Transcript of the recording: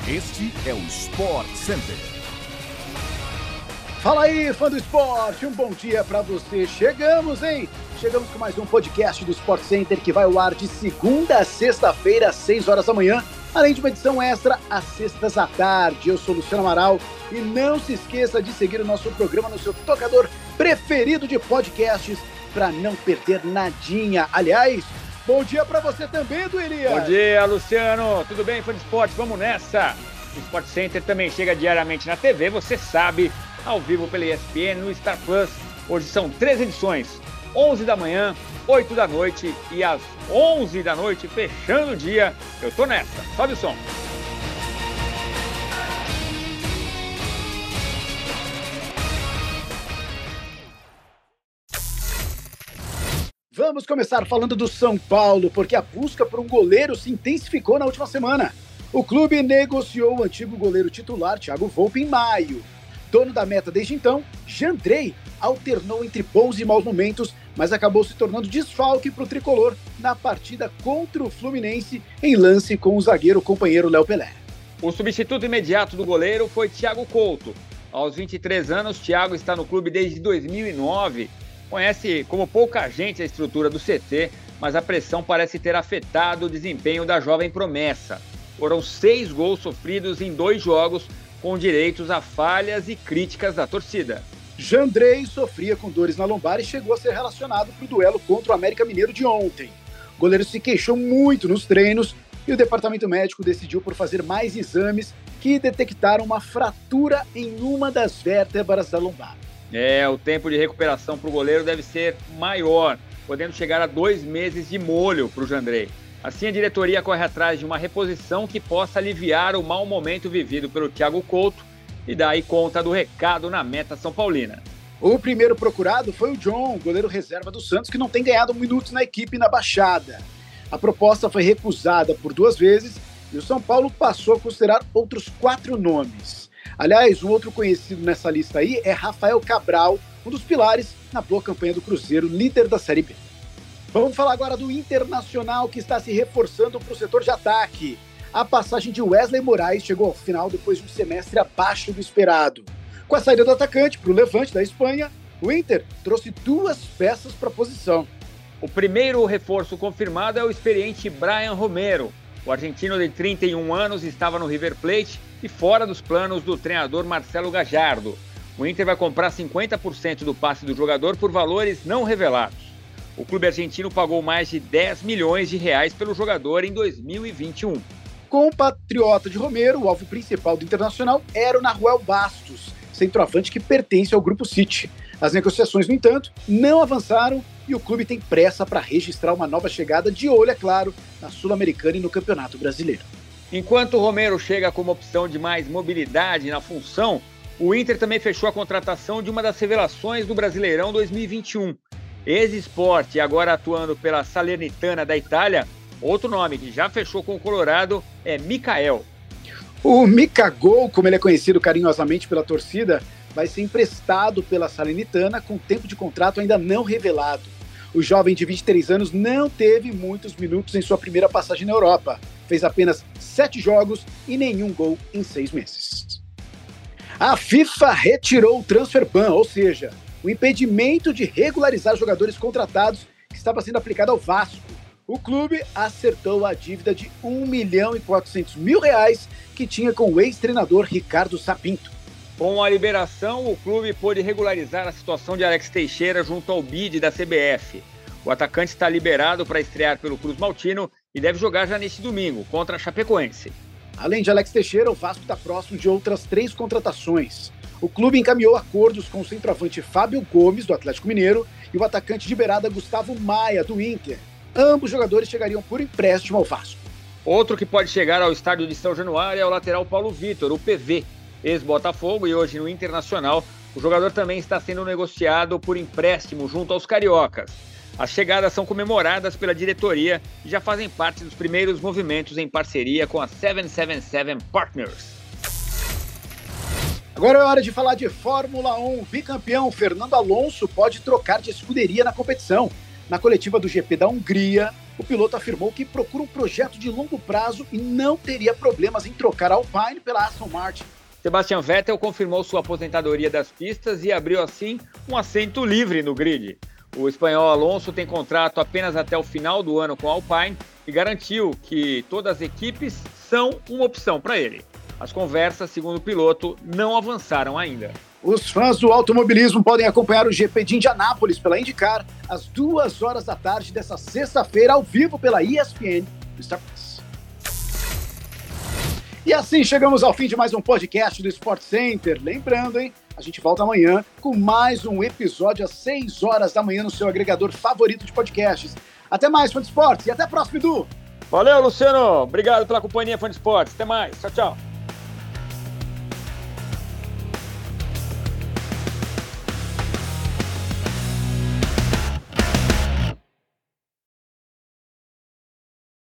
Este é o Sport Center. Fala aí, fã do esporte, um bom dia pra você. Chegamos, hein? Chegamos com mais um podcast do Sport Center que vai ao ar de segunda a sexta-feira, às 6 horas da manhã, além de uma edição extra às sextas à tarde. Eu sou Luciano Amaral e não se esqueça de seguir o nosso programa no seu tocador preferido de podcasts para não perder nadinha. Aliás, bom dia para você também, Duíria. Bom dia, Luciano. Tudo bem, fã de esporte? Vamos nessa. O Sport Center também chega diariamente na TV, você sabe, ao vivo pela ESPN, no Star Plus. Hoje são 3 edições, 11 da manhã, 8 da noite e às 11 da noite, fechando o dia. Eu tô nessa. Sobe o som. Vamos começar falando do São Paulo, porque a busca por um goleiro se intensificou na última semana. O clube negociou o antigo goleiro titular, Thiago Volpi, em maio. Dono da meta desde então, Jandrei alternou entre bons e maus momentos, mas acabou se tornando desfalque para o tricolor na partida contra o Fluminense, em lance com o zagueiro companheiro Léo Pelé. O substituto imediato do goleiro foi Thiago Couto. Aos 23 anos, Thiago está no clube desde 2009. Conhece como pouca gente a estrutura do CT, mas a pressão parece ter afetado o desempenho da jovem promessa. Foram 6 gols sofridos em 2 jogos, com direitos a falhas e críticas da torcida. Jandrei sofria com dores na lombar e chegou a ser relacionado para o duelo contra o América Mineiro de ontem. O goleiro se queixou muito nos treinos e o departamento médico decidiu por fazer mais exames que detectaram uma fratura em uma das vértebras da lombar. O tempo de recuperação para o goleiro deve ser maior, podendo chegar a 2 meses de molho para o Jandrei. Assim, a diretoria corre atrás de uma reposição que possa aliviar o mau momento vivido pelo Thiago Couto e daí conta do recado na meta São Paulina. O primeiro procurado foi o John, goleiro reserva do Santos, que não tem ganhado minutos na equipe na Baixada. A proposta foi recusada por 2 vezes e o São Paulo passou a considerar outros 4 nomes. Aliás, um outro conhecido nessa lista aí é Rafael Cabral, um dos pilares na boa campanha do Cruzeiro, líder da Série B. Vamos falar agora do Internacional, que está se reforçando para o setor de ataque. A passagem de Wesley Moraes chegou ao final depois de um semestre abaixo do esperado. Com a saída do atacante para o Levante da Espanha, o Inter trouxe 2 peças para a posição. O primeiro reforço confirmado é o experiente Brian Romero. O argentino de 31 anos estava no River Plate e fora dos planos do treinador Marcelo Gallardo. O Inter vai comprar 50% do passe do jogador por valores não revelados. O clube argentino pagou mais de 10 milhões de reais pelo jogador em 2021. Compatriota de Romero, o alvo principal do Internacional era o Nahuel Bastos, centroavante que pertence ao Grupo City. As negociações, no entanto, não avançaram e o clube tem pressa para registrar uma nova chegada de olho, é claro, na Sul-Americana e no Campeonato Brasileiro. Enquanto o Romero chega como opção de mais mobilidade na função, o Inter também fechou a contratação de uma das revelações do Brasileirão 2021. Ex-Sport e agora atuando pela Salernitana da Itália, outro nome que já fechou com o Colorado é Mikael. O Mikagol, como ele é conhecido carinhosamente pela torcida, vai ser emprestado pela Salernitana com tempo de contrato ainda não revelado. O jovem de 23 anos não teve muitos minutos em sua primeira passagem na Europa. Fez apenas 7 jogos e nenhum gol em 6 meses. A FIFA retirou o transfer ban, ou seja, o impedimento de regularizar jogadores contratados que estava sendo aplicado ao Vasco. O clube acertou a dívida de R$1.400.000 que tinha com o ex-treinador Ricardo Sapinto. Com a liberação, o clube pôde regularizar a situação de Alex Teixeira junto ao BID da CBF. O atacante está liberado para estrear pelo Cruz Maltino e deve jogar já neste domingo, contra a Chapecoense. Além de Alex Teixeira, o Vasco está próximo de outras 3 contratações. O clube encaminhou acordos com o centroavante Fábio Gomes, do Atlético Mineiro, e o atacante de beirada Gustavo Maia, do Inter. Ambos jogadores chegariam por empréstimo ao Vasco. Outro que pode chegar ao estádio de São Januário é o lateral Paulo Vitor, o PV, ex-Botafogo e hoje no Internacional. O jogador também está sendo negociado por empréstimo junto aos cariocas. As chegadas são comemoradas pela diretoria e já fazem parte dos primeiros movimentos em parceria com a 777 Partners. Agora é hora de falar de Fórmula 1. Bicampeão Fernando Alonso pode trocar de escuderia na competição. Na coletiva do GP da Hungria, o piloto afirmou que procura um projeto de longo prazo e não teria problemas em trocar a Alpine pela Aston Martin. Sebastian Vettel confirmou sua aposentadoria das pistas e abriu assim um assento livre no grid. O espanhol Alonso tem contrato apenas até o final do ano com a Alpine e garantiu que todas as equipes são uma opção para ele. As conversas, segundo o piloto, não avançaram ainda. Os fãs do automobilismo podem acompanhar o GP de Indianápolis pela IndyCar às 2h da tarde desta sexta-feira, ao vivo pela ESPN do Star Plus. E assim chegamos ao fim de mais um podcast do Sport Center. Lembrando, a gente volta amanhã com mais um episódio às 6h da manhã no seu agregador favorito de podcasts. Até mais, fã de esportes, e até a próxima, Edu! Valeu, Luciano! Obrigado pela companhia, fã de esportes. Até mais. Tchau, tchau.